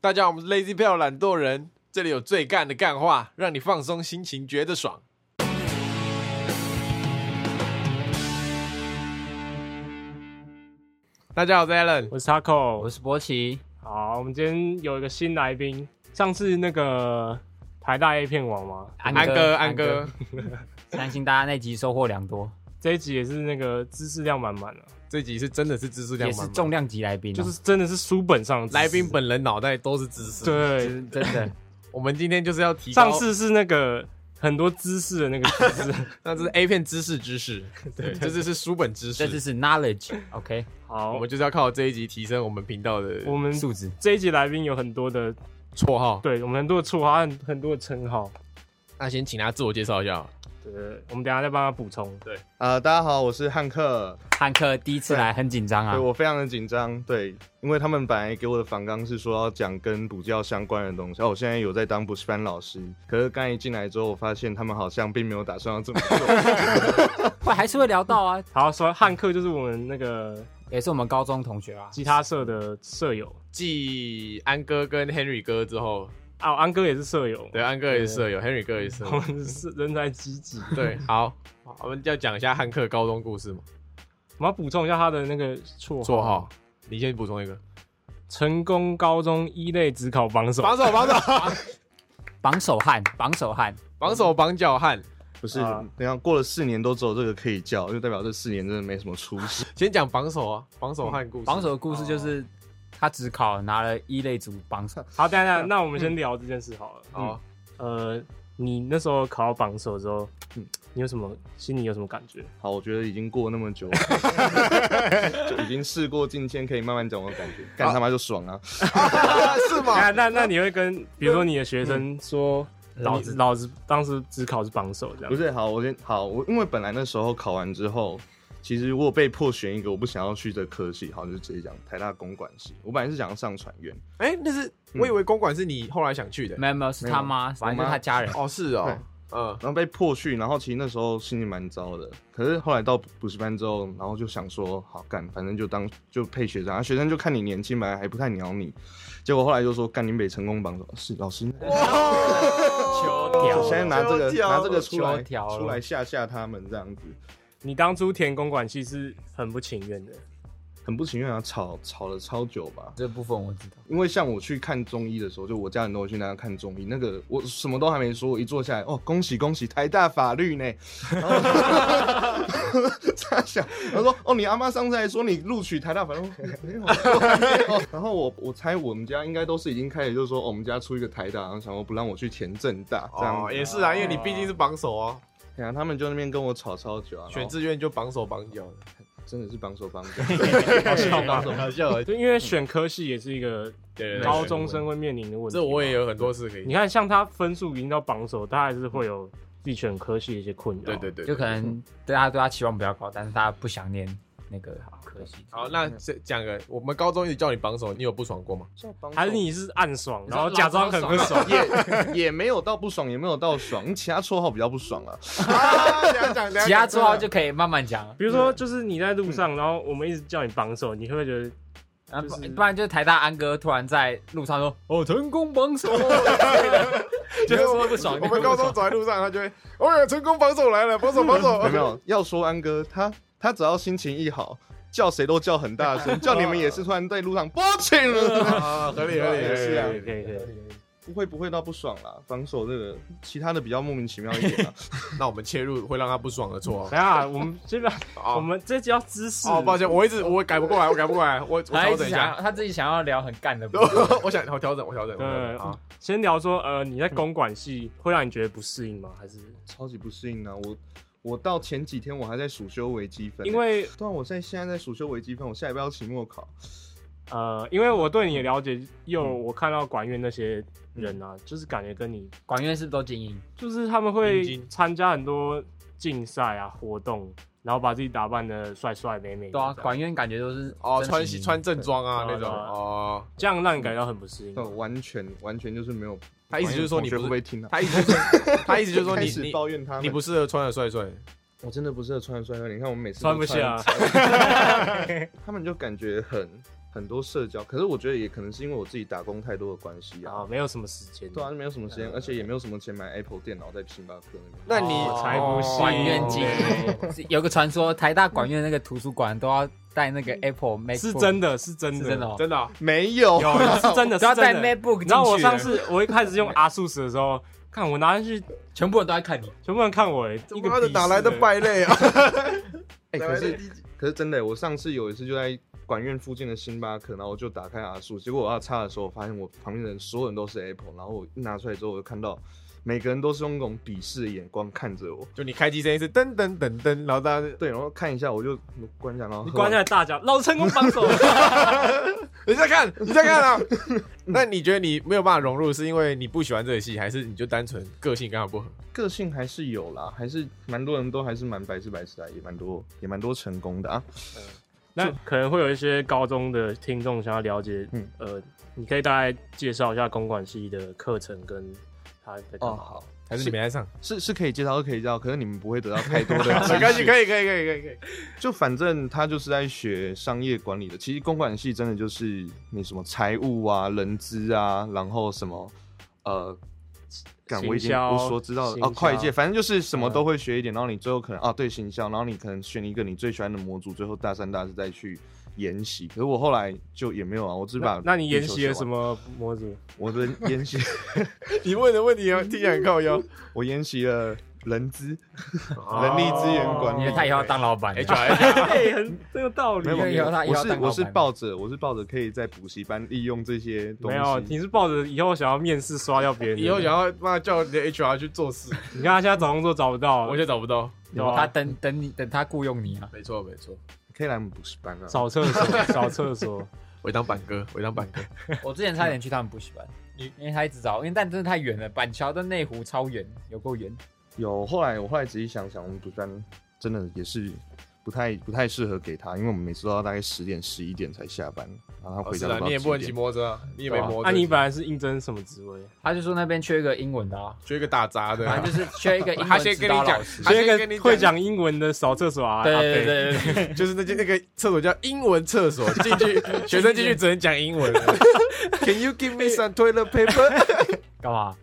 大家好，我们是 Lazy Pal 懒惰人，这里有最干的干话，让你放松心情，觉得爽。大家好，我是 Alan， 我是 Taco， 我是博奇。 好，我们今天有一个新来宾，上次那个台大 A 片王嘛， 安哥， 相信大家那集收获良多。 这一集也是那个知识量满满的， 这一集是真的是知识量满满， 也是重量级来宾、 就是真的是书本上的知识来宾本人脑袋都是知识。 对， 真的。 我们今天就是要提高， 上次是那个很多知识的那个知识， 那这是 A 片知识，对，这次是书本知识， 这次是 knowledge。OK， 好， 我们就是要靠这一集提升我们频道的我们素质。 这一集来宾有很多的绰号， 对我们很多的绰号，很多的称号。 那先请他自我介绍一下。 对，我们等一下再帮他补充。 对， 大家好，我是汉克。 汉克第一次来很紧张啊， 对我非常的紧张，对，因为他们本来给我的访纲是说要讲跟补教相关的东西，我现在有在当补习班老师，可是刚一进来之后，我发现他们好像并没有打算要这么做， 还是会聊到啊。 好，说汉克就是我们那个也是我们高中同学啊， 吉他社的舍友， 继安哥跟 Henry 哥之后。 安哥也是舍友， 对，安哥也是舍友 ，Henry 哥也是舍友， 我们是人才济济。 对，好，我们要讲一下汉克高中故事嘛。 我们要补充一下他的那个绰号， 你先补充一个。 成功高中一类指考榜首， 榜手， 榜首汉， 榜手绑脚汉。 不是，等一下过了4年都只有这个可以叫，就代表这4年真的没什么出息。 先讲榜首啊，榜手汉故事。 榜首的故事就是他只考拿了一类组榜首。 好，等一下，那我们先聊这件事好了。 好， 你那时候考到榜首之后，你心里有什么感觉？ 好，我觉得已经过那么久，就已经事过境迁，可以慢慢讲我的感觉。干他妈就爽啊！ 是吗？ 那你会跟比如说你的学生说，老子当时只考是榜首这样？ 不是，我因为本来那时候考完之后。其实我有被迫选一个我不想要去的科系，好，就直接讲台大公管系。我本来是想要上传院， 那是我以为公管是你后来想去的， 没有，是他妈，反正就是他家人。 哦，是哦， 然后被迫去，然后其实那时候心里蛮糟的。可是后来到补习班之后，然后就想说，好干，反正就配学生，学生就看你年轻嘛，还不太鸟你。结果后来就说，干你北成功榜首是老师， 秋条， 现在拿这个出来吓他们这样子。 你当初填公管系是很不情愿的， 很不情愿啊，吵了超久吧。 这部分我知道，因为像我去看中医的时候，就我家人都会去那样看中医，那个我什么都还没说，我一坐下来，哦，恭喜台大法律呢。然后他想，他说，哦，你阿妈上次还说你录取台大法律，没有。然后我猜我们家应该都是已经开始就是说，我们家出一个台大，然后想说不让我去填政大，这样也是啊，因为你毕竟是榜首啊。 对啊，他们就那边跟我吵超久啊， 选志愿就绑手绑脚的， 真的是绑手绑脚， 好笑。 对，因为选科系也是一个高中生会面临的问题。 这我也有很多事可以。 你看，像他分数已经到榜首，他还是会有自己选科系的一些困扰。 对， 就可能对他期望比较高，但是他不想念那个科系。 好，那讲个，我们高中一直叫你榜首，你有不爽过吗？ 还是你是暗爽，然后假装很不爽？ 也没有到不爽，也没有到爽，其他绰号比较不爽啊。 其他绰号就可以慢慢讲。 比如说，就是你在路上，然后我们一直叫你榜首，你会不会觉得？ 不然就是台大安哥突然在路上说：“哦，成功榜首。” 就是说不爽。我们高中走在路上，他就会：“哦，成功榜首来了，榜首。” 没有，要说安哥，他只要心情一好，叫谁都叫很大声，叫你们也是突然在路上播情了啊，合理， 是啊，可以。 不会到不爽啦，榜首这个其他的比较莫名其妙一点啦。 那我们切入会让他不爽的错。 等下，我们这边我们这集要知识。 哦，抱歉，我改不过来，我调整一下。 他自己想要聊很干的， 我调整。 对，先聊说你在公管系会让你觉得不适应吗？还是超级不适应啊！我到前几天我还在暑修微积分， 因为对啊，我现在在暑修微积分，我下礼拜要期末考。 因为我对你的了解，我看到管院那些人啊，就是感觉跟你管院是不是都精英？ 就是他们会参加很多竞赛啊活动，然后把自己打扮的帅帅美美的。 对啊，管院感觉都是穿正装啊那种这样让你感到很不适应。 完全就是没有。 他意思就是说你会不会听啊？ 他意思就是说你抱怨他， 你不适合穿的帅帅。 我真的不适合穿的帅帅，你看我们每次穿不下， 他们就感觉很多社交，可是我觉得也可能是因为我自己打工太多的关系啊， 没有什么时间。 对啊，没有什么时间，而且也没有什么钱买 Apple 电脑在星巴克那你才不信管院经有个传说，台大管院那个图书馆都要带那个 Apple MacBook， 是真的，是真的， 是真的哦真的哦没有， 是真的， 都要带是真的。 MacBook 进去。 然后我一开始用 ASUS 的时候，看我拿进去， 全部人都在看你， 全部人看我，一个妈的哪来的败类啊？ 可是真的，我上次有一次就在管院附近的星巴克，然后我就打开ASUS，结果我要插的时候，我发现我旁边的人所有人都是 Apple， 然后我一拿出来之后，我就看到每个人都是用那种鄙视的眼光看着我， 就你开机声音是噔噔噔噔，然后大家对，然后看一下我就关一下，然后你关下来大叫，老子成功榜首。 你在看啊？那你觉得你没有办法融入，是因为你不喜欢这个戏，还是你就单纯个性刚好不合？ 个性还是有啦，还是蛮多人都还是蛮白痴的，也蛮多成功的啊。 那可能会有一些高中的听众想要了解，你可以大概介绍一下公管系的课程跟他在干嘛？ 好， 还是你没在上？ 是可以介绍，可是你们不会得到太多的没关系，可以。 就反正他就是在学商业管理的。其实公管系真的就是你什么财务啊、人资啊，然后什么我已经不说知道了会计，反正就是什么都会学一点。然后你最后可能对行销，然后你可能选一个你最喜欢的模组，最后大三、大四再去研习。可是我后来就也没有啊，我只把那你研习了什么模组？ 我的研习， 你问的问题听起来很靠腰。 我研习了人资、人力资源管理。 因为他以后要当老板很有道理。 我是抱着可以在补习班利用这些东西。 没有，你是抱着以后想要面试刷掉别人， 以后想要叫你的 HR 去做事。 你看他现在找工作找不到， 我现在找不到。 他等他雇佣你啊。 没错， 可以来我们补习班啊， 扫厕所。 我当板哥。 我之前差点去他们补习班，因为他一直找，但真的太远了，板桥跟内湖超远，有够远。 我后来仔细想想，我们补习班真的也是不太适合给他，因为我们每次都要大概10点11点才下班，然后他回家都不知道几点。 你也不能骑摩托车啊，你也没摩托车。 你本来是应征什么职位？ 他就说那边缺一个英文的缺一个打杂的， 反正就是缺一个英文。 他先跟你讲， 缺一个会讲英文的扫厕所啊。 对， 就是那个厕所叫英文厕所，进去学生进去只能讲英文。Can you give me some toilet paper？ 干嘛？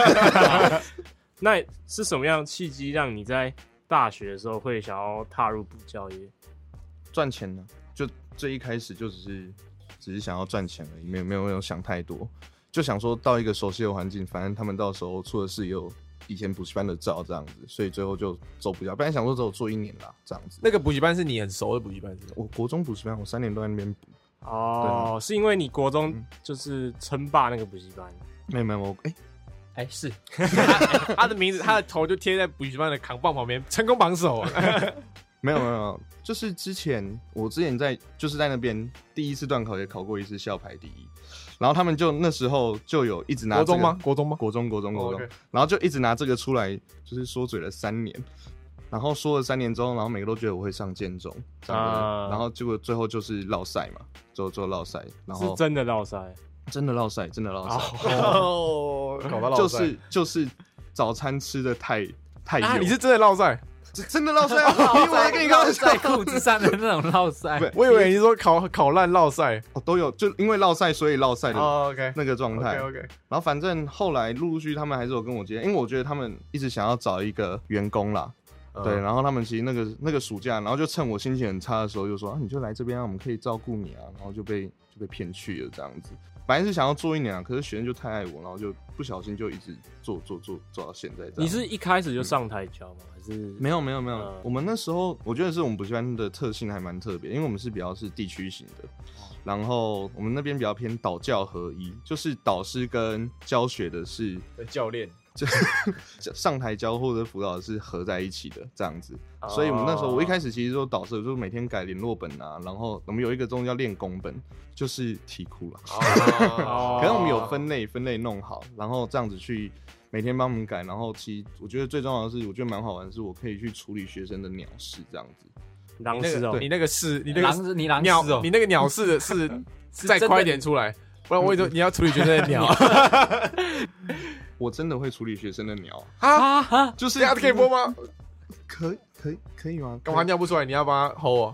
那是什么样的契机让你在大学的时候会想要踏入补教业？ 赚钱呢？就最一开始就只是想要赚钱而已，没有想太多，就想说到一个熟悉的环境，反正他们到时候出的事也有以前补习班的照这样子，所以最后就走补习班。本来想说只有做1年啦，这样子。 那个补习班是你很熟的补习班是吗？ 我国中补习班，我3年都在那边补。 哦，是因为你国中就是称霸那个补习班？ 没有， 是他的名字，他的头就贴在补习班的扛棒旁边，成功榜首。 没有，就是我之前就是在那边第一次段考也考过一次校排第1，然后他们就那时候就有一直拿国中吗？国中，然后就一直拿这个出来，就是说嘴了3年，然后说了3年之后，然后每个都觉得我会上建中，然后结果最后就是落赛嘛，最后落赛，然后是真的落赛。 真的落赛， 哦，搞到落赛， 就是早餐吃的太油。 你是真的落赛， 真的落赛啊！我在跟你开玩笑， 在裤子上的那种落赛。 我以为你说考烂落赛， 都有，就因为落赛所以落赛的那个状态。 OK。 然后反正后来陆陆续他们还是有跟我接，因为我觉得他们一直想要找一个员工啦。对，然后他们其实那个暑假，然后就趁我心情很差的时候，就说你就来这边，我们可以照顾你啊，然后就被骗去了这样子。本来是想要做1年啊，可是学生就太爱我，然后就不小心就一直做到现在这样。 你是一开始就上台教吗？还是没有？我们那时候我觉得是我们补习班的特性还蛮特别，因为我们是比较是地区型的，然后我们那边比较偏导教合一，就是导师跟教学的是教练。 就上台教或者辅导是合在一起的这样子，所以我们那时候我一开始其实就导师就是每天改联络本啊，然后我们有一个东西叫练功本，就是题库啦。可是我们有分类弄好，然后这样子去每天帮我们改，然后其实我觉得最重要的是，我觉得蛮好玩的是，我可以去处理学生的鸟事这样子。 狼事哦， 你那个是你那个你狼鸟事哦， 你那个鸟事的是再快一点出来，不然我以为你要处理学生的鸟。 我真的会处理学生的鸟啊！ 就是这样可以播吗？ 可以吗？ 干嘛尿不出来？你要帮他吼我？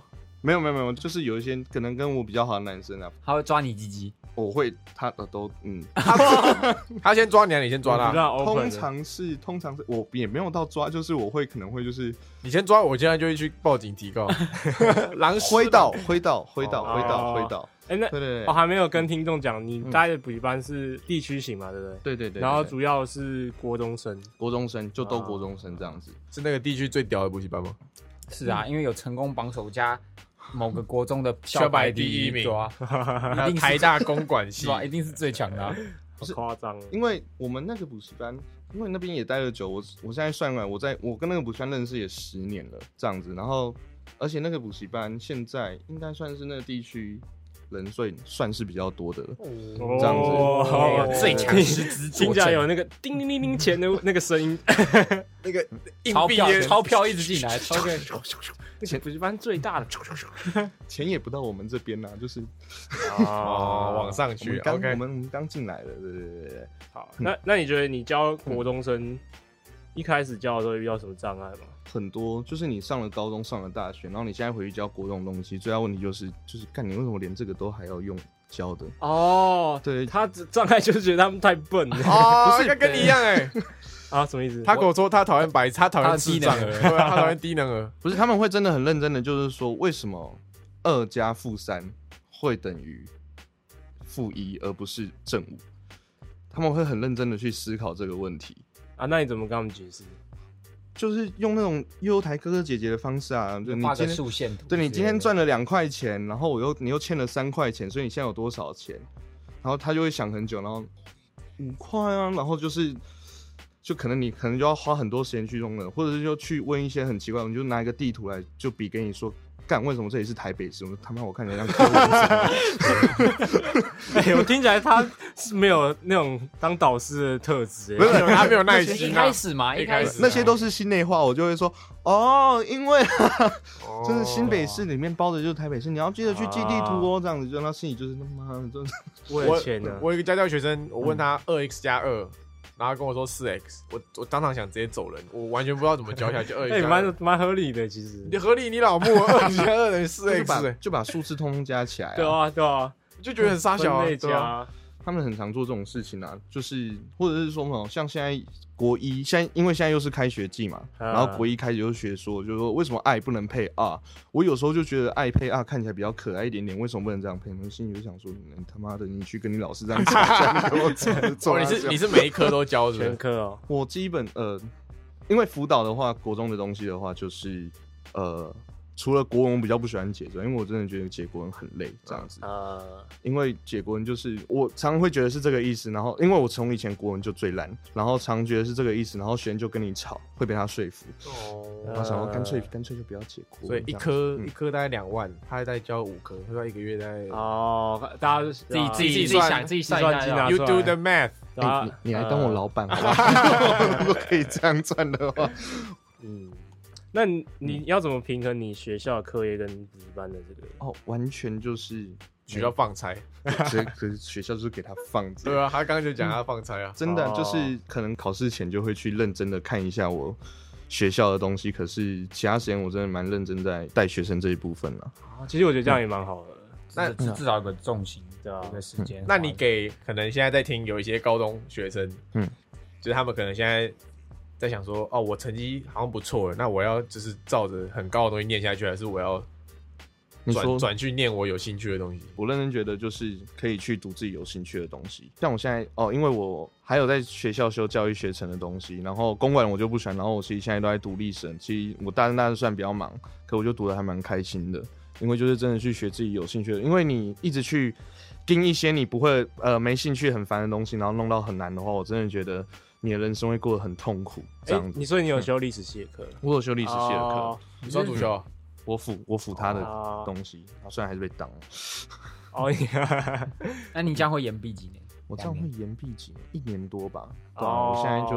没有，就是有一些可能跟我比较好的男生啊， 他会抓你鸡鸡， 我会他的都他先抓你，你先抓他。 通常是我也没有到抓，就是我会可能会就是你先抓我，现在就会去报警提告。狼挥到。 哎，那对， 我还没有跟听众讲，你待的补习班是地区型嘛，对不对？ 对。 然后主要是国中生就都国中生这样子。 是那个地区最屌的补习班吗？ 是啊，因为有成功榜首加某个国中的校排第一名， 一定台大公管系， 一定是最强的。 好夸张。 因为我们那个补习班，因为那边也待了久，我现在算完，我跟那个补习班认识也10年了，这样子。然后，而且那个补习班现在应该算是那个地区人数算是比较多的了，这样子。 最强师资佐证， 听起来有那个叮叮叮叮钱的那个声音， 那个钞票一直进来， 补习班最大的， 钱也不到我们这边呐，就是往上去。 我们刚进来的，对。 好，那你觉得你教国中生一开始教的时候遇到什么障碍吗？ 很多，就是你上了高中，上了大学，然后你现在回去教国中的东西，最大问题就是干你为什么连这个都还要用教的？ 哦， 对， 他障碍就是觉得他们太笨了。 不是跟你一样啊，什么意思？ 他跟我说他讨厌白痴，他讨厌智障，对，他讨厌低能儿。 不是，他们会真的很认真的，就是说为什么2加负3会等于负1，而不是正5？他们会很认真的去思考这个问题啊。那你怎么跟他们解释？ 就是用那种悠悠台哥哥姐姐的方式啊，就你画个竖线图， 对，你今天赚了2块钱，然后你又欠了3块钱，所以你现在有多少钱？然后他就会想很久，然后5块啊，然后就可能你就要花很多时间去用了，或者是就去问一些很奇怪，你就拿一个地图来就比给你说，干为什么这里是台北市？我他妈我看起来像柯文哲。 我听起来他是没有那种当导师的特质， 不是他没有耐心。 一开始那些都是心内话，我就会说因为就是新北市里面包的就是台北市，你要记得去记地图哦，这样子就他心里就是他妈的，真的为了钱呢。 我有一个家教学生，我问他2x+2。然后跟我说4x，我当场想直接走人，我完全不知道怎么教下去。 蛮合理的，其实你合理，你老母2+2等于4x， 就把数字通通加起来。 对啊， 就觉得很傻小啊。 他们很常做这种事情啊，就是或者是说像现在国一，因为现在又是开学季嘛，然后国一开始就学说，就是说为什么爱不能配 R？ 我有时候就觉得爱配 R 看起来比较可爱一点点，为什么不能这样配？我心里就想说，你他妈的，你去跟你老师这样讲，给我做。 你是每一科都教的， 全科哦。 我基本因为辅导的话，国中的东西的话，就是除了国文我比较不喜欢解之外，因为我真的觉得解国文很累这样子。因为解国文就是我常常会觉得是这个意思，然后因为我从以前国文就最烂，然后常觉得是这个意思，然后学生就跟你吵，会被他说服。然后想说干脆就不要解国文。 所以一科大概2万，他再教5科，他说1个月大概大家自己想自己算一下 ，You do the math。 你来当我老板好不好？如果可以这样赚的话， 那你要怎么平衡你学校的课业跟补习班的这个？ 完全就是学校放拆， 可是学校就是给他放着。 对啊，他刚刚就讲他放拆啊， 真的就是可能考试前就会去认真的看一下我学校的东西，可是其他时间我真的蛮认真在带学生这一部分了。 其实我觉得这样也蛮好的， 那至少有个重心，对吧？一个时间。 那你给可能现在在听有一些高中学生，就是他们可能现在在想说，我成绩好像不错了，那我要就是照着很高的东西念下去，还是我要转去念我有兴趣的东西？ 我认真觉得就是可以去读自己有兴趣的东西。像我现在因为我还有在学校修教育学程的东西，然后公馆我就不喜欢，然后我其实现在都在读历史。其实我大三虽然比较忙，可我就读得还蛮开心的，因为就是真的去学自己有兴趣的。因为你一直去盯一些你不会没兴趣很烦的东西，然后弄到很难的话，我真的觉得你的人生会过得很痛苦。这样子， 你说你有修历史系的课？ 我有修历史系的课。 你上主修？ 我辅他的东西，虽然还是被当了。那你这样会延毕几年？ 我这样会延毕几年？1年多吧。我现在就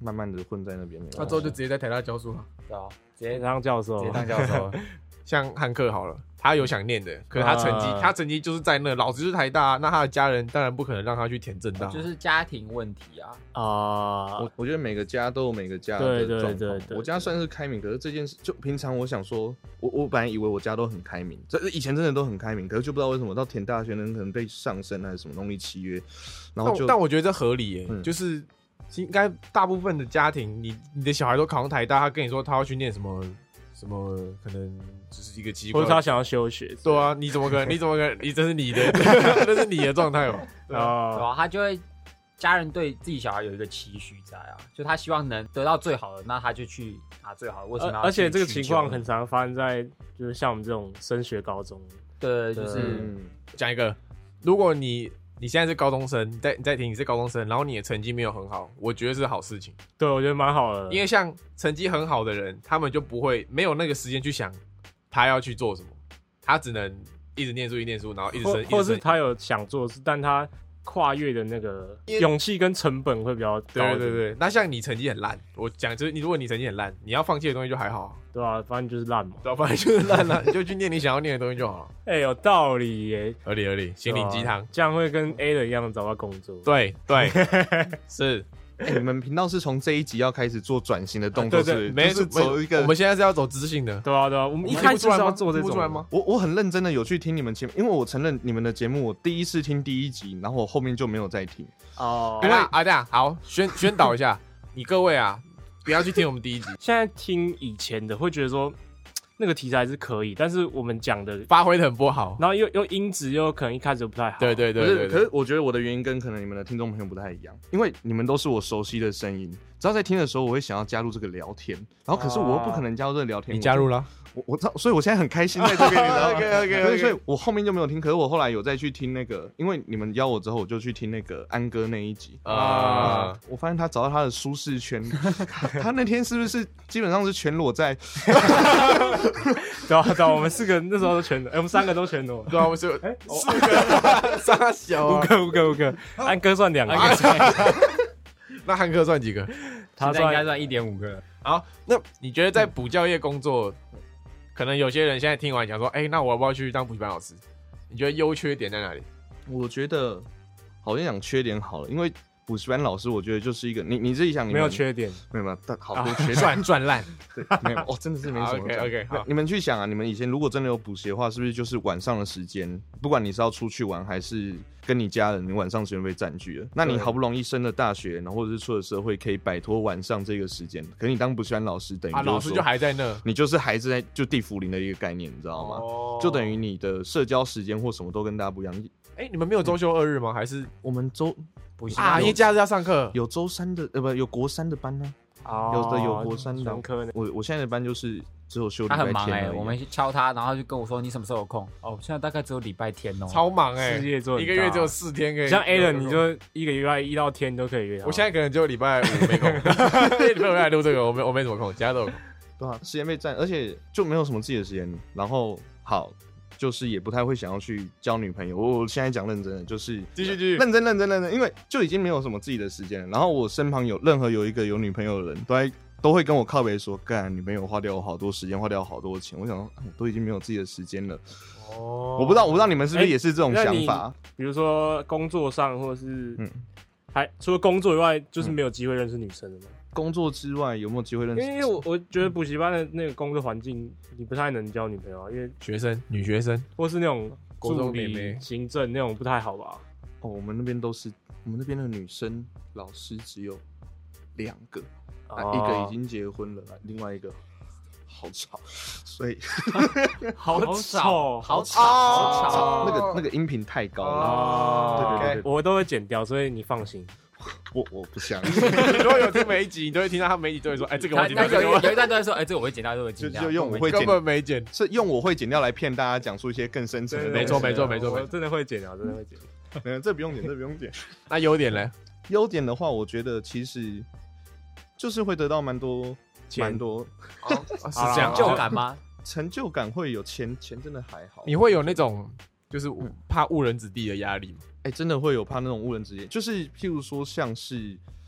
慢慢的混在那边。 那之后就直接在台大教书了， 对啊， 直接当教授， 直接当教授。 像汉克好了，他有想念的，可是他成绩就是在那，老子就是台大，那他的家人当然不可能让他去填政大， 就是家庭问题啊。 我觉得每个家都有每个家的状况。我家算是开明，可是这件事就平常我想说，我本来以为我家都很开明，以前真的都很开明，可是就不知道为什么到填大学人可能被上升还是什么农历契约，然后但我觉得这合理耶，就是应该大部分的家庭，你的小孩都考上台大，他跟你说他要去念什么，可能只是一个机会， 或者他想要休学。 对啊，你怎么可能？这是你的，这是你的状态嘛？ 对啊，他就会家人对自己小孩有一个期许在啊，就他希望能得到最好的，那他就去拿最好的。为什么？ 而且这个情况很常发生在就是像我们这种升学高中。 对，就是讲一个，如果你现在是高中生，你在听你是高中生，然后你的成绩没有很好，我觉得是好事情。 对，我觉得蛮好的， 因为像成绩很好的人，他们就没有那个时间去想他要去做什么，他只能一直念书，然后一直升， 或是他有想做的事，但他跨越的那个勇气跟成本会比较高。 对，那像你成绩很烂，我讲就是如果你成绩很烂，你要放弃的东西就还好， 对啊，反正就是烂嘛， 对啊，反正就是烂了，你就去念你想要念的东西就好了。 有道理耶， 合理，心灵鸡汤， 这样会跟 A 的一样找到工作。 对，是。 你们频道是从这一集要开始做转型的动作， 对， 就是走一个。 我们现在是要走知性的， 对啊，我们一开始是要做这种吗？ 我很认真的有去听你们节目，因为我承认你们的节目我第一次听第一集，然后我后面就没有再听。 因为这样好宣导一下，你各位啊，不要去听我们第一集。 现在听以前的会觉得说那个题材是可以，但是我们讲的发挥的很不好， 然后又音质又可能一开始不太好。 对， 可是我觉得我的原因跟可能你们的听众朋友不太一样，因为你们都是我熟悉的声音，只要在听的时候，我会想要加入这个聊天，然后可是我又不可能加入这个聊天。 你加入了？ 我知道，所以我现在很开心在这边，你知道吗 ？OK， 所以我后面就没有听，可是我后来有再去听那个，因为你们邀我之后，我就去听那个安哥那一集啊。我发现他找到他的舒适圈，他那天是不是基本上是全裸在？ 对啊，我们4个那时候都全裸，我们3个都全裸。 对啊，我们4个，傻小 5个，安哥算2个， 那汉克算几个？ 他应该算1.5个。 好，那你觉得在补教业工作，可能有些人现在听完讲说，那我要不要去当补习班老师？你觉得优缺点在哪里？ 我觉得好像讲缺点好了，因为补习班老师，我觉得就是一个你自己想， 没有缺点， 没有，但好多缺点， 赚烂， 对，没有，真的是没什么。 OK， 好， 你们去想啊，你们以前如果真的有补习的话，是不是就是晚上的时间，不管你是要出去玩还是跟你家人，你晚上时间被占据了，那你好不容易升了大学，然后或者是出了社会，可以摆脱晚上这个时间，可是你当补习班老师，等于老师就还在那， 你就是还是在就地府灵的一个概念，你知道吗？就等于你的社交时间或什么都跟大家不一样。 你们没有周休2日吗？还是我们补习班因为假日要上课， 有周3的不有国3的班呢？有国3的科。 我现在的班就是只有休礼拜天。 他很忙我们敲他，然后就跟我说你什么时候有空？现在大概只有礼拜天哦。 超忙事业做 1个月只有4天可以。 像 Alan 你就1个礼拜1到天都可以约他。 我现在可能就礼拜5没空，礼拜5来录这个，我没什么空，其他都有空。 对啊，时间被占，而且就没有什么自己的时间。然后好。就是也不太会想要去交女朋友，我现在讲认真的，就是继续认真，因为就已经没有什么自己的时间了。然后我身旁有一个有女朋友的人，都会跟我靠北说，干女朋友花掉我好多时间，花掉我好多钱。我想说，我都已经没有自己的时间了。我不知道你们是不是也是这种想法？ 比如说工作上，或者是还除了工作以外，就是没有机会认识女生的吗？ 工作之外有没有机会认识？ 因为我觉得补习班的那个工作环境，你不太能交女朋友啊，因为女学生， 或是那种助理理、行政那种不太好吧？ 我们那边的女生老师只有2个，一个已经结婚了，另外一个好吵，所以好吵， 那个音频太高了，对， 我都会剪掉，所以你放心。 我不想。 如果有听每一集，你都会听到他每一集都会说，这个我剪掉。 有一段都会说，这个我会剪掉，这个我会剪掉。 就用我会剪， 根本没剪， 是用我会剪掉来骗大家，讲述一些更深层的。 没错， 我真的会剪掉，真的会剪。 这不用剪。 那优点呢？ 优点的话，我觉得其实就是会得到蛮多是这样成就感吗？ 成就感会有，钱真的还好。 你会有那种就是怕误人子弟的压力吗？ 真的会有怕那种误人子弟，就是譬如说像是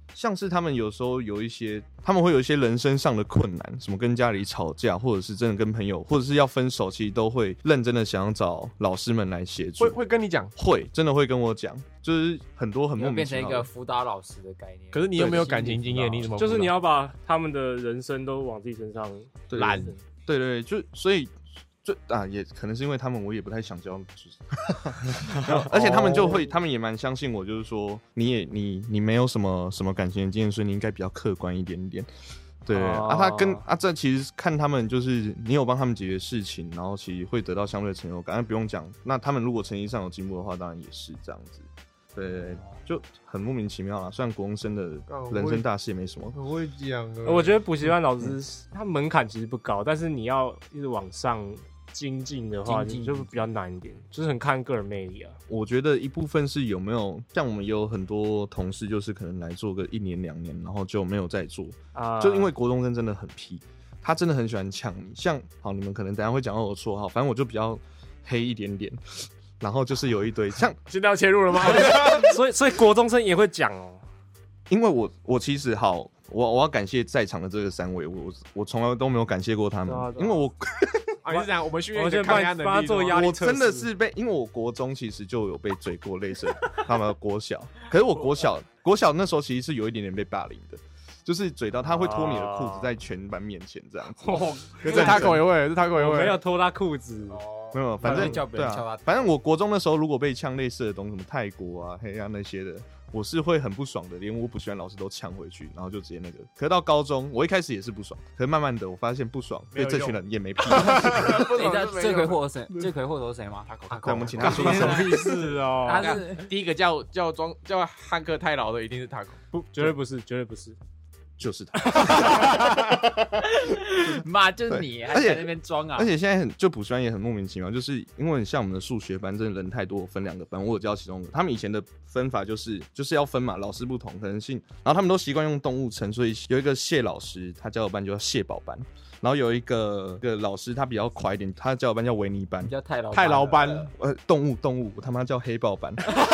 像是他们有时候他们会有一些人生上的困难，什么跟家里吵架，或者是真的跟朋友，或者是要分手，其实都会认真的想要找老师们来协助。 会跟你讲， 真的会跟我讲，就是很多很莫名其妙的。 变成一个辅导老师的概念。 可是你有没有感情经验？你怎么就是你要把他们的人生都往自己身上揽？ 对，就所以。也可能是因为他们，我也不太想教，而且他们他们也蛮相信我，就是说你没有什么感情的经验，所以你应该比较客观一点点。对这其实看他们就是你有帮他们解决事情，然后其实会得到相对的成就感。那不用讲，那他们如果成绩上有进步的话，当然也是这样子。对，就很莫名其妙啦。虽然国中生的人生大事也没什么， 很会讲啊。 我觉得补习班老师他门槛其实不高，但是你要一直往上精进的话，就比较难一点，就是很看个人魅力啊。 我觉得一部分是有没有，像我们也有很多同事，就是可能来做个1年2年，然后就没有再做，就因为国中生真的很屁，他真的很喜欢呛你。像好，你们可能等一下会讲到我的绰号，反正我就比较黑一点点，然后就是有一堆像现在要切入了吗？ 所以国中生也会讲哦。 因为我其实好，我要感谢在场的这个3位，我从来都没有感谢过他们，因为我你是讲我们训练的抗压能力， 帮他做压力测试。 我真的是因为我国中其实就有被追过，类似他们的国小，可是我国小那时候其实是有一点点被霸凌的，就是嘴到他会脱你的裤子在全班面前这样子。 这他口也会， 没有脱他裤子。 没有，反正对啊， 反正我国中的时候，如果被呛类似的东西，什么泰国啊、黑暗那些的，我是会很不爽的，连我补习班老师都呛回去，然后就直接那个。可是到高中，我一开始也是不爽，可是慢慢的我发现不爽对这群人也没屁。 罪魁祸首是谁吗？ 对，我们请他说什么屁事哦？ 他是第一个叫汉克太牢的，一定是他。 不，绝对不是， 就是他， 妈就是你，还在那边装啊！ 而且现在就补习班也很莫名其妙，就是因为像我们的数学班，真的人太多，分2个班，我有教其中一个。他们以前的分法就是要分嘛，老师不同，可能性，然后他们都习惯用动物称，所以有一个谢老师，他教的班就叫谢宝班，然后有一个老师他比较快一点，他教的班叫维尼班， 叫太劳班， 动物，我他妈叫黑豹班。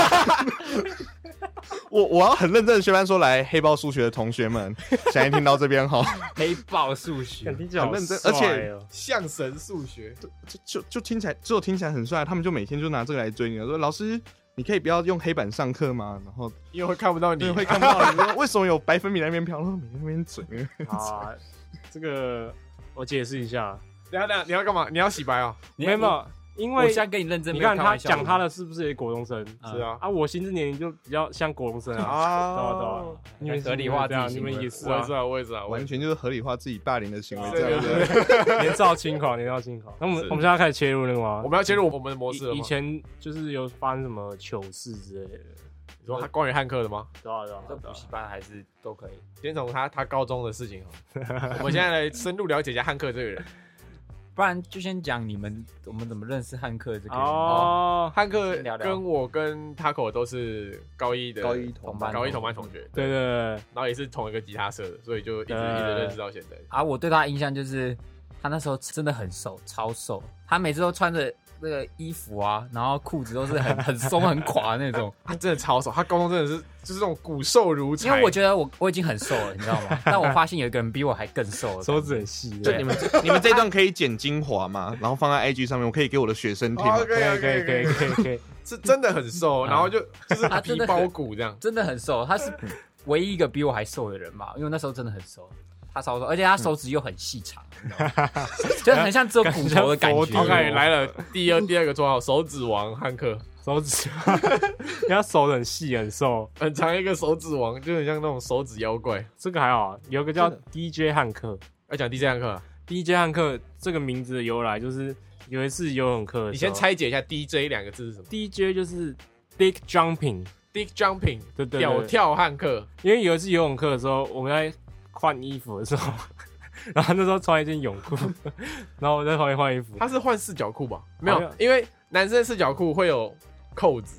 我要很认真的宣判说，来黑豹数学的同学们，现在听到这边哈， 黑豹数学很认真， 而且象神数学， 就听起来，只有听起来很帅，他们就每天就拿这个来追你，说老师，你可以不要用黑板上课吗？然后因为会看不到你， 对，会看不到你，说为什么有白粉笔在那边飘？然后每天那边嘴。 啊，这个我解释一下。 等一下，你要干嘛？你要洗白啊？ 没有。因为我现在跟你认真， 你看他讲他的是不是也国中生？ 是啊， 我心智年龄就比较像国中生啊。 你们合理化自己， 你们也是啊，我也是啊， 完全就是合理化自己霸凌的行为， 这样子。年少轻狂。那我们现在开始切入那个吗？ 我们要切入我们的模式了吗？ 以前就是有发生什么糗事之类的。 你说关于汉克的吗？ 对啊。 这补习班还是都可以。 先从他高中的事情我们现在来深入了解一下汉克这个人。 不然就先讲我们怎么认识汉克这个人哦。汉克跟我跟 Taco 都是高一同班同学， 对， 然后也是同一个吉他社的，所以就一直认识到现在。 啊，我对他的印象就是他那时候真的很瘦，超瘦，他每次都穿着那个衣服啊，然后裤子都是很松很垮的那种。 他真的超瘦，他高中真的是就是这种骨瘦如柴。 因为我觉得我已经很瘦了，你知道吗？但我发现有一个人比我还更瘦， 手指很细。 就你们这段可以剪精华吗？然后放在 IG 上面，我可以给我的学生听。 可以，是真的很瘦，然后就是皮包骨这样， 真的很瘦。他是唯一一个比我还瘦的人吧？因为那时候真的很瘦。他超瘦，而且他手指又很细长，就很像只有骨头的感觉。 OK， 来了第二个绰号，手指王汉克。 手指，因为他手很细很瘦， 很长一个手指王，就很像那种手指妖怪。 这个还好啊，有个叫 DJ 汉克。 要讲 DJ 汉克 ，DJ 汉克这个名字的由来就是有一次游泳课， 你先拆解一下 DJ 2个字是什么 ？DJ 就是 Dick Jumping， 对，屌跳汉克。 因为有一次游泳课的时候，我们在换衣服的时候，然后那时候穿一件泳裤，然后我在旁边换衣服。 他是换4角裤吧？没有，因为男生4角裤会有扣子，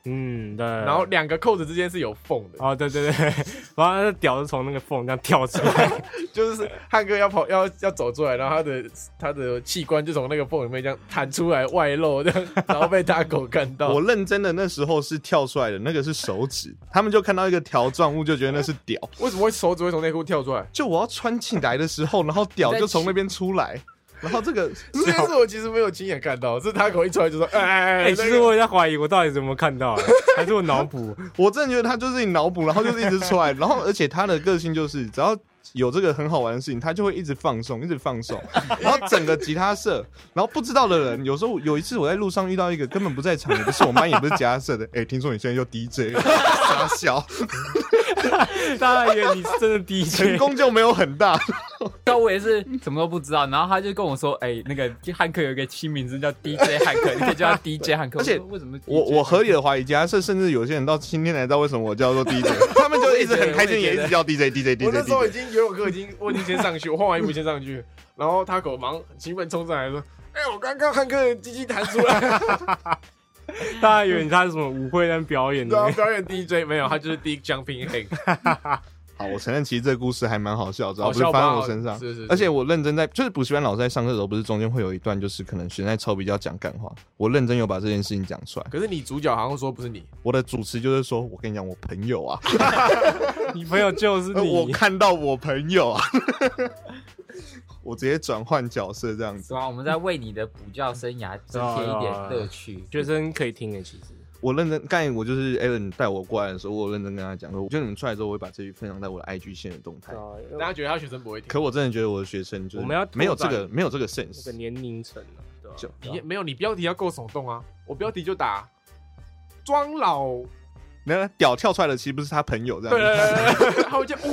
嗯，对。 然后2个扣子之间是有缝的。 哦，对对对，然后他的屌是从那个缝这样跳出来， 就是汉克要走出来，然后他的器官就从那个缝里面这样弹出来外露，这样然后被大狗看到。 我认真的那时候是跳出来的，那个是手指，他们就看到一个条状物，就觉得那是屌。 为什么手指会从内裤跳出来？ 就我要穿进来的时候，然后屌就从那边出来。然后这件事我其实没有亲眼看到，是他狗一出来就说，哎， 其实我也在怀疑我到底怎么看到的，还是我脑补？ 我真的觉得他就是你脑补，然后就是一直出来，然后而且他的个性就是只要有这个很好玩的事情，他就会一直放送，一直放送，然后整个吉他社，然后不知道的人，有时候有一次我在路上遇到一个根本不在场，也不是我们班，也不是吉他社的，听说你现在又 DJ， 傻笑， 大家以为你是真的 DJ， 成功就没有很大。 那我也是什么都不知道，然后他就跟我说，那个汉克有一个新名字叫 DJ 汉克，你可以叫他 DJ 汉克。 而且为什么我合理的怀疑，吉他社甚至有些人到今天才知道为什么我叫做 DJ， 他们就一直很开心，也一直叫 DJ。 我那时候游泳课我已经先上去，我换完衣服先上去，然后他狗忙很兴奋冲上来说：“我刚刚汉克的鸡鸡弹出来。” 大家以为他是什么舞会在表演的， 对啊，表演 DJ 没有，他就是 Dick Jumping Hank。 好，我承认其实这个故事还蛮好笑，只要不是发生我身上。 是。 而且我认真就是补习班老师在上课的时候，不是中间会有一段就是可能学生在抽比较讲干话，我认真有把这件事情讲出来。 可是你主角好像说不是你， 我的主持就是说，我跟你讲，我朋友啊， 你朋友就是你， 我看到我朋友啊。我直接转换角色这样子。 是吧？我们在为你的补教生涯增添一点乐趣。 学生可以听其实。 我认真，刚才我就是 Alan 带我过来的时候，我有认真跟他讲说，我觉得你们出来之后，我会把这句分享在我的 IG 线的动态。 大家觉得他学生不会听， 可我真的觉得我的学生就是没有这个 sense， 这个年龄层啊，对吧？ 你没有，你标题要够耸动啊！我标题就打装老。 那屌跳出来的其实不是他朋友这样， 对，他会就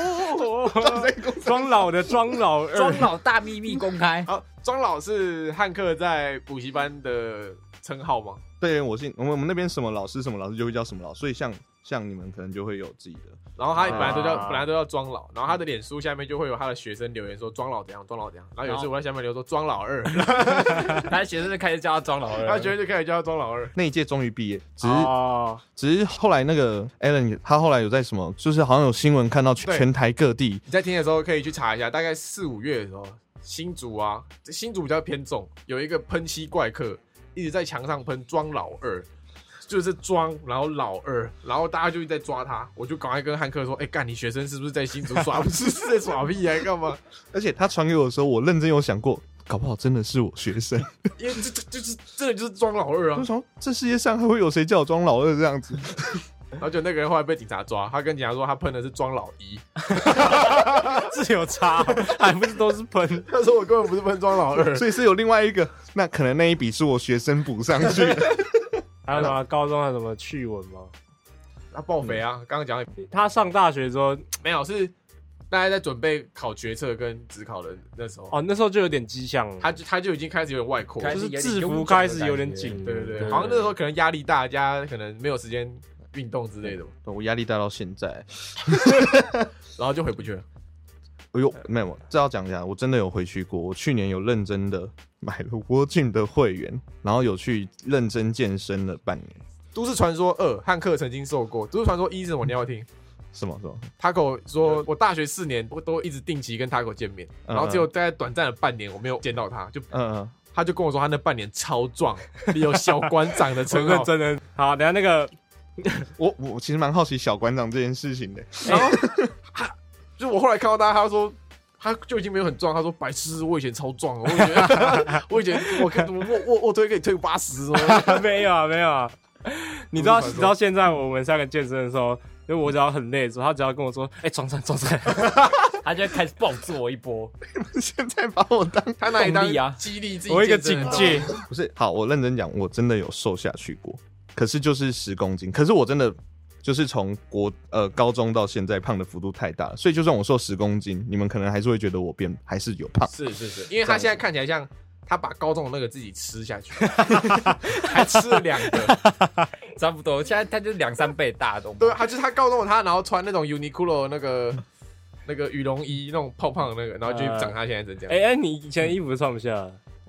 装老的装老二， 装老大秘密公开。 好，装老是汉克在补习班的称号吗？ 对，我们那边什么老师就会叫什么老，所以像你们可能就会有自己的。 然后他本来都叫装老，然后他的脸书下面就会有他的学生留言说装老怎样，装老怎样。然后有一次我在下面留说装老二， 他的学生就开始叫他装老二， 他学生就开始叫他装老二。 那一届终于毕业，只是后来那个 Alan 他后来有在什么，就是好像有新闻看到全台各地。 你在听的时候可以去查一下，大概4、5月的时候，新竹比较偏重，有一个喷漆怪客一直在墙上喷装老二。就是装，然后老二，然后大家就在抓他，我就赶快跟汉克说：“干，你学生是不是在新竹耍？不是在耍屁还干嘛？” 而且他传给我的时候，我认真有想过，搞不好真的是我学生， 因为这真的就是装老二啊！ 我想这世界上还会有谁叫我装老二这样子？ 然后就那个人后来被警察抓，他跟警察说他喷的是装老一， 是有差，还不是都是喷？ 他说我根本不是喷装老二， 所以是有另外一个，那可能那一笔是我学生补上去的。 还有什么高中还有什么趣闻吗？ 他爆肥啊！刚刚讲他上大学之后没有，是大家在准备考学测跟指考的那时候。 哦，那时候就有点迹象了， 他就已经开始有点外扩， 就是制服开始有点紧。 对，好像那时候可能压力大，加可能没有时间运动之类的。 我压力大到现在， 然后就回不去了。 哎呦，没有，这要讲一下，我真的有回去过。我去年有认真的买了World Gym的会员，然后有去认真健身了半年。 都市传说2，汉克曾经受过。都市传说1是什么？你要听？ 什么 ？Taco 说，我大学4年都一直定期跟 Taco 见面，然后只有大概短暂的半年我没有见到他，他就跟我说他那半年超壮，有小馆长的称号。 真的好，等一下那个我其实蛮好奇小馆长这件事情的。 然后就我后来看到他说他就已经没有很壮，他说白痴，我以前超壮，我以前我推可以推80， 没有啊。你知道现在我们3个健身的时候，因为我只要很累的时候，他只要跟我说壮山， 他就开始暴做一波。 你们现在把我当他哪里当激励自己？ 我一个警戒。 不是，好，我认真讲，我真的有瘦下去过，可是就是10公斤，可是我真的就是从高中到现在胖的幅度太大了，所以就算我瘦10公斤，你们可能还是会觉得我还是有胖。 是，因为他现在看起来像他把高中的那个自己吃下去，还吃了2个， 差不多。现在他就2-3倍大的。 对，他高中的他，然后穿那种 Uniqlo 那个羽绒衣，那种胖胖的那个，然后就长他现在这样。 你以前衣服穿不下。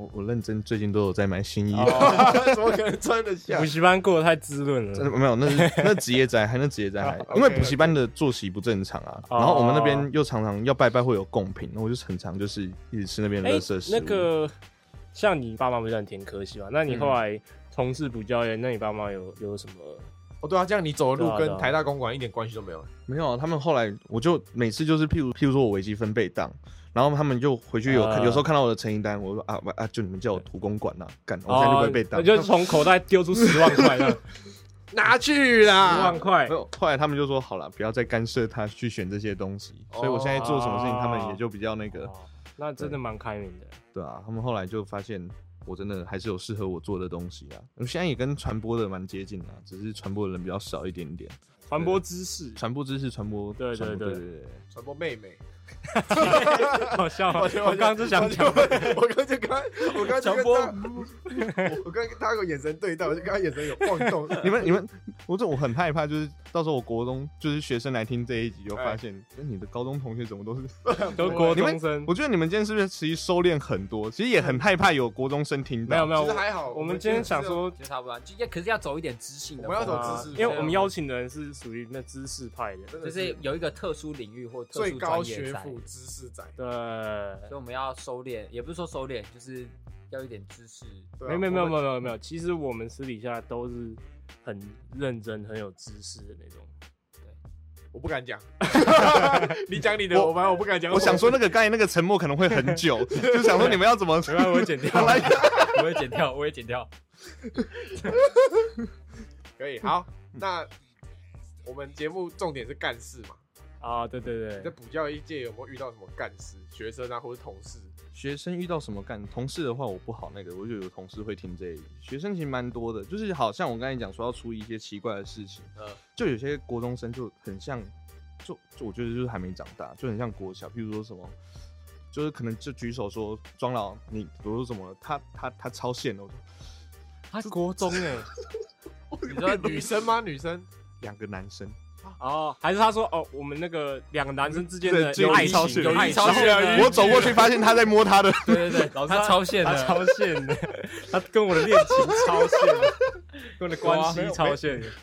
我认真，最近都有在买新衣服， 怎么可能穿得下？ 补习班过得太滋润了， 真的没有，那职业灾害，那职业灾害，因为补习班的作息不正常啊，然后我们那边又常常要拜会有贡品，我就很常就是一直吃那边的垃圾食物。 那个像你爸妈不是很填科系嘛？那你后来从事补教业，那你爸妈有什么？ 哦，对啊，这样你走的路跟台大公馆一点关系都没有。 没有啊，他们后来我就每次就是譬如说我微积分被当，然后他们就回去有时候看到我的成绩单，我说就你们叫我图公馆啦，干，我现在就不会被当， 我就从口袋丢出10万块了， 拿去啦 ，10万块。 后来他们就说好了，不要再干涉他去选这些东西，所以我现在做什么事情，他们也就比较那个。 那真的蛮开明的。 对啊，他们后来就发现我真的还是有适合我做的东西啊。我现在也跟传播的蛮接近的，只是传播的人比较少一点点。 传播知识， 传播对，传播妹妹。 好笑，我刚刚就想讲， 我刚就跟他有眼神对到，我就跟他眼神有晃动。 你们，我很害怕，就是到时候我国中就是学生来听这一集，就发现，你的高中同学怎么都国中生？ 我觉得你们今天是不是其实收敛很多？其实也很害怕有国中生听到。 没有， 其实还好。 我们今天想说， 就差不多，可是要走一点知性的。 我们要走知识， 因为我们邀请的人是属于那知识派的， 就是有一个特殊领域或特殊最高学府知识仔。 对， 所以我们要收敛，也不是说收敛，就是要一点知识。 没有，其实我们私底下都是很认真、很有知识的那种。 我不敢讲，你讲你的，我不敢讲。 我想说那个刚才那个沉默可能会很久，就想说你们要怎么？ 我会剪掉， 我会剪掉。 可以，好，那我们节目重点是干事嘛？ 啊，对， 你在补教一界有没有遇到什么干事？学生啊，或者同事？ 学生遇到什么干？同事的话我不好那个，我就有同事会听这一集。学生其实蛮多的，就是好像我刚才讲说要处理一些奇怪的事情，就有些国中生就很像，就我觉得就是还没长大，就很像国小，譬如说什么，就是可能就举手说庄老，你比如说什么，他超限了， 他国中你说女生吗？女生 ，2个男生。 还是他说我们那个2个男生之间的有爱超限， 我走过去发现他在摸他的， 对，老师他超限的， 他跟我的恋情超限的，跟我的关系超限的。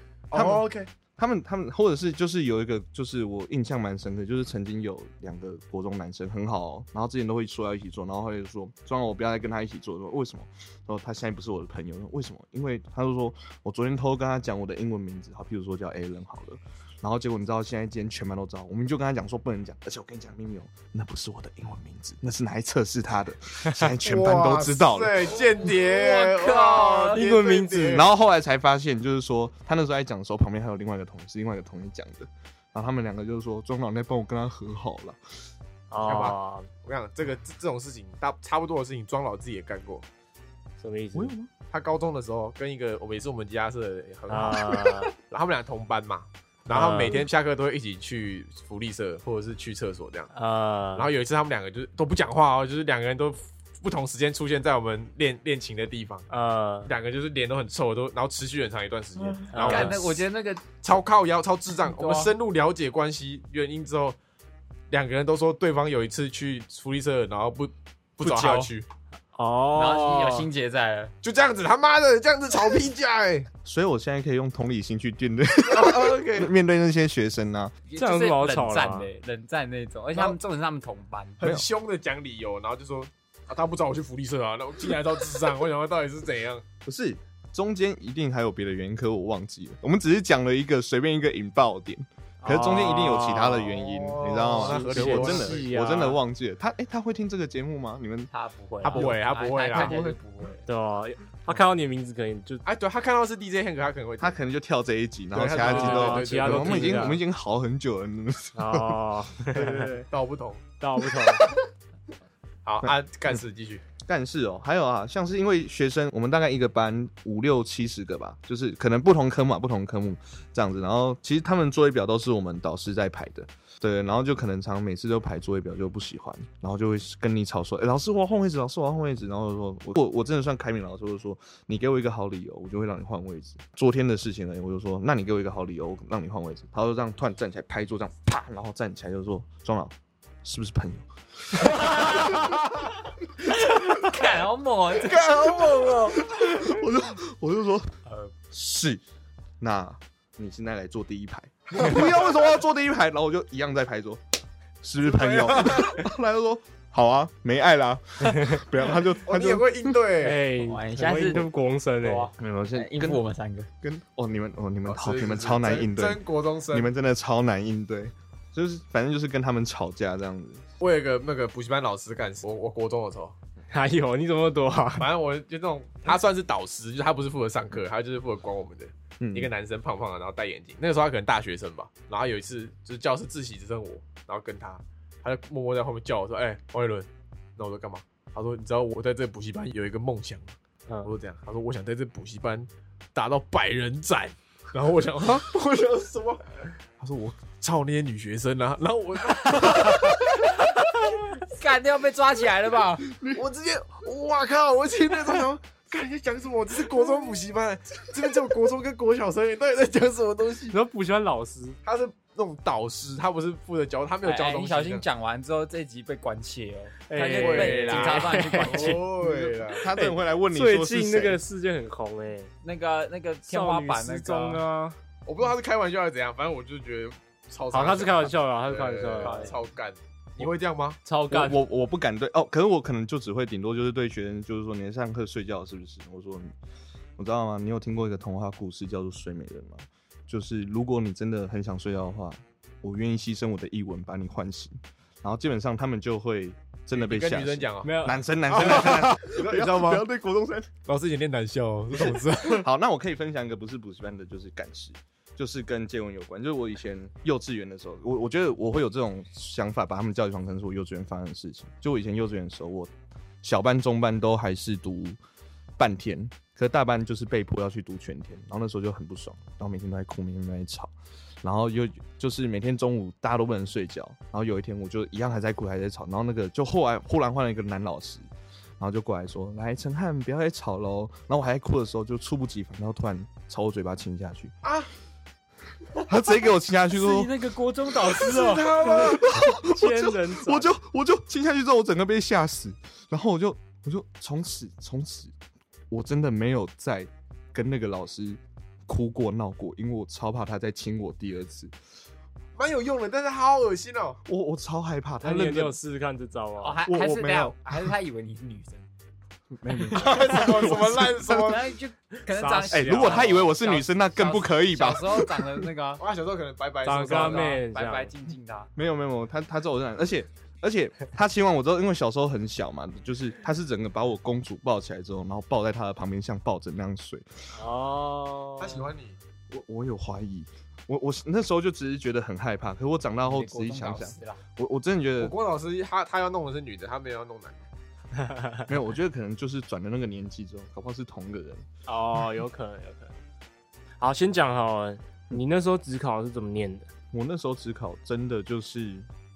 OK， 他们或者是就是有一个就是我印象蛮深刻，就是曾经有2个国中男生很好然后之前都会说要一起做，然后后来就说庄我不要再跟他一起做，说为什么？然后他现在不是我的朋友，为什么？因为他就说我昨天偷跟他讲我的英文名字，好，譬如说叫 Alan 好了，然后结果你知道现在今天全班都知道，我们就跟他讲说不能讲，而且我跟你讲秘密那不是我的英文名字，那是拿来测试他的，现在全班都知道了， 对，间谍， 我靠， 英文名字， 然后后来才发现，就是说他那时候在讲的时候，旁边还有另外一个同事讲的，然后他们2个就是说庄老那帮我跟他和好了。 我跟你讲，这种事情，差不多的事情，庄老自己也干过。 什么意思？ 我有吗？ 他高中的时候跟一个也是我们家社的很好，然后他们俩同班嘛，然后他们每天下课都会一起去福利社或者是去厕所这样。然后有一次他们2个就是都不讲话就是2个人都不同时间出现在我们练琴的地方，2个就是脸都很臭，然后持续很长一段时间。然后我觉得那个超靠腰、超智障。我们深入了解关系原因之后，2个人都说对方有一次去福利社，然后不找他去。 然后有心结在了， 就这样子，他妈的这样子吵批架所以我现在可以用同理心去面对那些学生啊， 这样子好吵啦， 冷战那种，而且他们重点是他们同班， 很凶的讲理由，然后就说他不找我去福利社啊，那我进来到智障，我想说到底是怎样？ 不是，中间一定还有别的原因，可我忘记了，我们只是讲了一个随便一个引爆点。可是中间一定有其他的原因，你知道吗？我真的忘记了。他会听这个节目吗？你们他不会， 他不会， 对啊，他看到你的名字可能就对他看到是 DJ Hank， 他可能就跳这一集，然后其他集都我们已经好很久了。 对，道不同。好干事继续。 干事还有像是因为学生，我们大概一个班5、6、70个吧，就是可能不同科目这样子。然后其实他们作业表都是我们导师在排的，对。然后就可能每次都排作业表就不喜欢，然后就会跟你吵说，老师我要换位置，老师我要换位置。然后说我真的算开明老师，我就说你给我一个好理由，我就会让你换位置。昨天的事情呢，我就说那你给我一个好理由，让你换位置。他就这样突然站起来拍桌，这样啪，然后站起来就说庄老。 是不是朋友？ 看好猛哦， 干好猛哦！我就说是，那你现在来坐第一排。不要，为什么要坐第一排？然后我就一样在排说，是不是朋友？后来就说好啊，没爱啦。不要，他就你也会应对哎， 你现在是国中生哎， 没有，现在应付我们3个。 你们好，你们超难应对， 真国中生， 你们真的超难应对。就是反正就是跟他们吵架这样子。 我有一个那个补习班老师干事，我国中的时候， 还有你怎么那么多啊？ 反正我就这种，他算是导师，就是他不是负责上课，他就是负责管我们的。一个男生胖胖的，然后戴眼镜，那个时候他可能大学生吧。然后有一次就是教室自习只剩我，然后跟他就默默在后面叫我说：“王一伦。”那我说干嘛？他说：“你知道我在这补习班有一个梦想吗？”我说这样，他说：“我想在这补习班达到100人斩。”然后我想什么？他说我操那些女学生啊，然后我干都要被抓起来了吧？ 我直接，哇靠！我听那种想，干你在讲什么？这是国中补习班，这边只有国中跟国小生，你到底在讲什么东西？ 然后补习班老师， 他是那种导师，他不是负责教，他没有教东西。 你小心讲完之后，这一集被关切哦，他就会被警察抓去关切。 对啦， 他真的会来问你最说是近那个事件很红哎， 那个天花板那个啊， 我不知道他是开玩笑还是怎样，反正我就觉得超。 好，他是开玩笑的，他是开玩笑的， 超干。你会这样吗？ 超干。 我不敢对哦，可是我可能就只会顶多就是对学生，就是说你上课睡觉是不是？我说我知道吗？你有听过一个童话故事叫做《睡美人》吗？就是如果你真的很想睡觉的话，我愿意牺牲我的一吻把你唤醒，然后基本上他们就会真的被吓醒。 跟女生讲啊？ 没有， 男生，你知道吗？ 不要对国中生。 老师以前练男校哦，是同志。 好，那我可以分享一个不是补习班的，就是干事。就是跟接吻有关，就是我以前幼稚园的时候，我觉得我会有这种想法，把他们教育当成是我幼稚园发生的事情。就我以前幼稚园的时候，我小班、中班都还是读半天，可是大班就是被迫要去读全天，然后那时候就很不爽，然后每天都在哭，每天都在吵，然后就是每天中午大家都不能睡觉，然后有一天我就一样还在哭还在吵，然后那个就后来忽然换了一个男老师，然后就过来说：“来，陈汉，不要再吵喽。”然后我还在哭的时候就猝不及防，然后突然朝我嘴巴亲下去啊！他直接给我亲下去说：“ 是那个国中导师哦， 千人斩。” 我就亲下去之后，我整个被吓死，然后我就从此我真的没有再跟那个老师哭过闹过，因为我超怕他再亲我第二次。 蛮有用的，但是好恶心哦！ 我超害怕他。 你有试试看这招啊？ 还是没有， 还是他以为你是女生。 没有什么烂什么， 就可能长如果他以为我是女生，那更不可以吧？ 小时候长得那个， 我小时候可能白白长个妹， 白白净净的。 没有，他知道我是男人，而且他亲完我之后，因为小时候很小嘛，就是他是整个把我公主抱起来之后，然后抱在他的旁边，像抱枕那样睡。 哦，他喜欢你， 我有怀疑。我那时候就只是觉得很害怕，可是我长大后仔细想想，我真的觉得， 我国老师他要弄的是女的，他没有要弄男的。 没有，我觉得可能就是转了那个年纪之后，搞不好是同个人。 哦，有可能。好，先讲好了，你那时候指考是怎么念的？ 我那时候指考真的就是，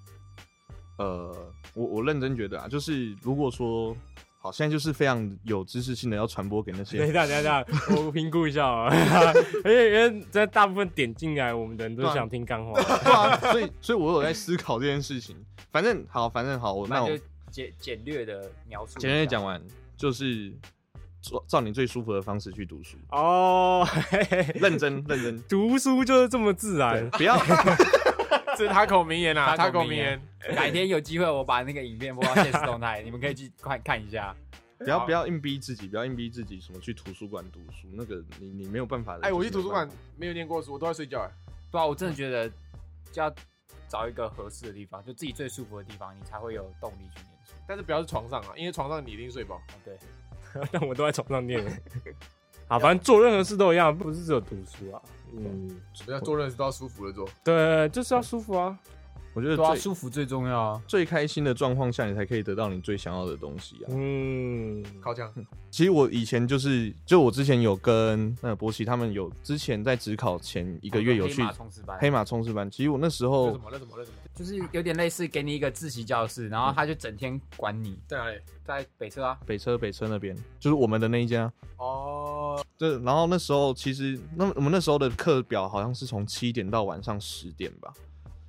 我认真觉得啊，就是如果说。好，现在就是非常有知识性的要传播给那些。 等一下，我评估一下啊。因为在大部分点进来，我们的人都想听干话。 对啊，所以我有在思考这件事情。反正好，那我简略的描述。 简略讲完，就是照你最舒服的方式去读书。 哦， 认真， 读书就是这么自然， 不要。 这是他口名言啊，他口名言。 改天有机会，我把那个影片播到现实动态，你们可以去看一下。 不要硬逼自己，什么去图书馆读书，那个你没有办法的。 我去图书馆没有念过书，我都在睡觉。 对啊，我真的觉得就要找一个合适的地方，就自己最舒服的地方，你才会有动力去念书。 但是不要是床上啊，因为床上你一定睡饱。 对， 但我都在床上念。好，反正做任何事都一样，不是只有读书啊。 什么叫做任何事都要舒服的做？ 对，就是要舒服啊。 我觉得舒服最重要啊。 最开心的状况下，你才可以得到你最想要的东西啊。 靠枪。 其实我以前就我之前有跟那个博奇他们有之前在指考前1个月有去黑马冲刺班。其实我那时候那什么， 就是有点类似给你一个自习教室，然后他就整天管你。 在哪里？ 在北车啊。 北车那边，就是我们的那一家。 哦。 对，然后那时候其实我们那时候的课表好像是从7点到晚上10点吧。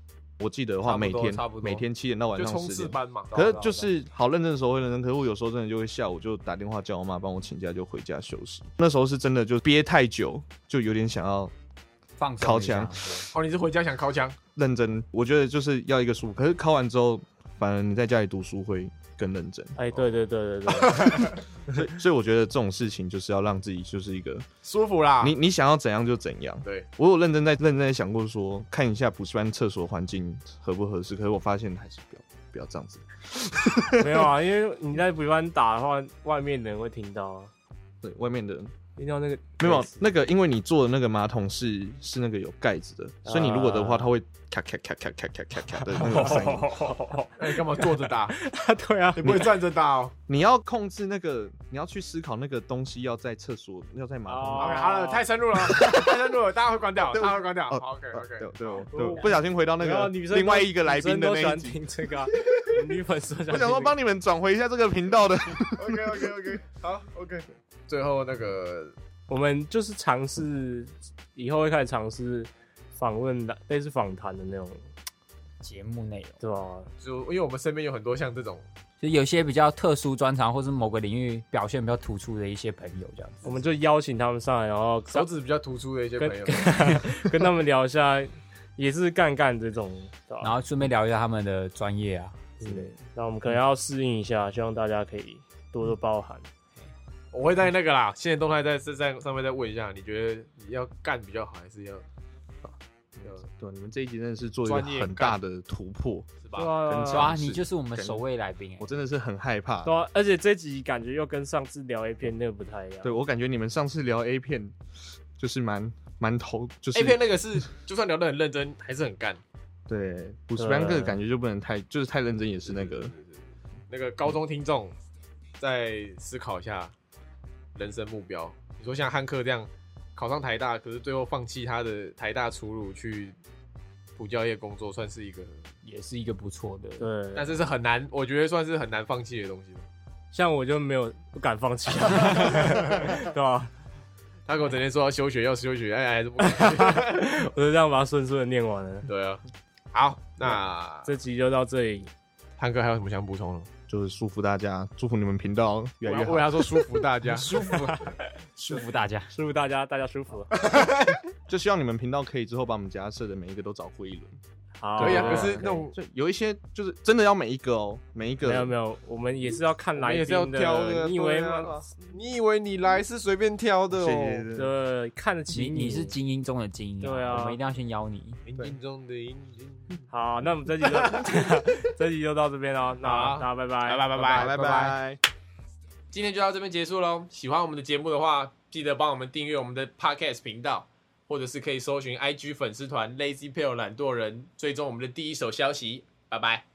我记得的话，每天7点到晚上10点， 就冲刺班嘛。 可是就是好认真的时候会认真，可是我有时候真的就会下午就打电话叫我妈帮我请假，就回家休息。那时候是真的就憋太久，就有点想要放靠枪。 哦，你是回家想靠枪？ 认真，我觉得就是要一个舒服。可是考完之后，反而你在家里读书会更认真。 哎，对， 所以我觉得这种事情就是要让自己就是一个舒服啦。 你想要怎样就怎样。 对， 我有认真在想过说，看一下补习班厕所环境合不合适。可是我发现还是不要这样子。 没有啊，因为你在补习班打的话，外面的人会听到啊。 对，外面的人。 听到那个没有那个，因为你做的那个马桶是那个有盖子的，所以你如果的话，它会咔咔咔咔咔咔咔咔的那种声音。 那你干嘛坐着打？ 对啊， 你不会站着打哦。 你要控制那个，你要去思考那个东西要在厕所，要在马桶。 好了，太深入了，大家会关掉，大家会关掉。OK， 对，不小心回到那个另外一个来宾的那一集。 听这个，女粉丝我想说帮你们转回一下这个频道的。 OK， 好 OK。最后那个， 我们就是尝试以后会开始尝试访问类似访谈的那种节目内容， 对吧？ 就因为我们身边有很多像这种， 就有些比较特殊专长，或是某个领域表现比较突出的一些朋友，这样子， 我们就邀请他们上来，然后手指比较突出的一些朋友， 跟他们聊一下，也是干这种， 然后顺便聊一下他们的专业啊之类的。 那我们可能要适应一下，希望大家可以多多包涵。 我会在那个啦，现在动态在上面再问一下，你觉得你要干比较好，还是要？ 对，你们这一集真的是做一个很大的突破， 是吧？ 对啊，你就是我们首位来宾， 我真的是很害怕。 对啊，而且这集感觉又跟上次聊 A 片那个不太一样。 对，我感觉你们上次聊 A 片就是蛮就是 A 片那个是，就算聊得很认真，还是很干。 对，53个感觉就不能太认真，也是那个那个高中听众再思考一下人生目标。你说像汉克这样考上台大，可是最后放弃他的台大出路去补教业工作，算是一个， 也是一个不错的。 对， 但是是很难，我觉得算是很难放弃的东西。 像我就不敢放弃，对吧？ 他跟我整天说要休学，还是不敢。 我就这样把它顺的念完了。 对啊，好，那这集就到这里。 汉哥还有什么想补充的？ 就是祝福大家，祝福你们频道越来越好。 我要说祝福大家， 舒服大家， 大家舒服。 就希望你们频道可以之后把我们家设的每一个都找过一轮。 好， 可以啊。可是那种有一些就是真的要每一个哦，每一个没有，我们也是要看来宾的， 也是要挑的。你以为你来是随便挑的哦？ 对，看得起你是精英中的精英， 对啊， 我们一定要先邀你。 精英中的精英。 好，那我们这集就到这边了。那大家拜拜。 今天就到这边结束喽。喜欢我们的节目的话，记得帮我们订阅我们的 Podcast 频道。或者是可以搜寻 IG 粉丝团 Lazy Pale 懒惰人，追踪我们的第一手消息。拜拜。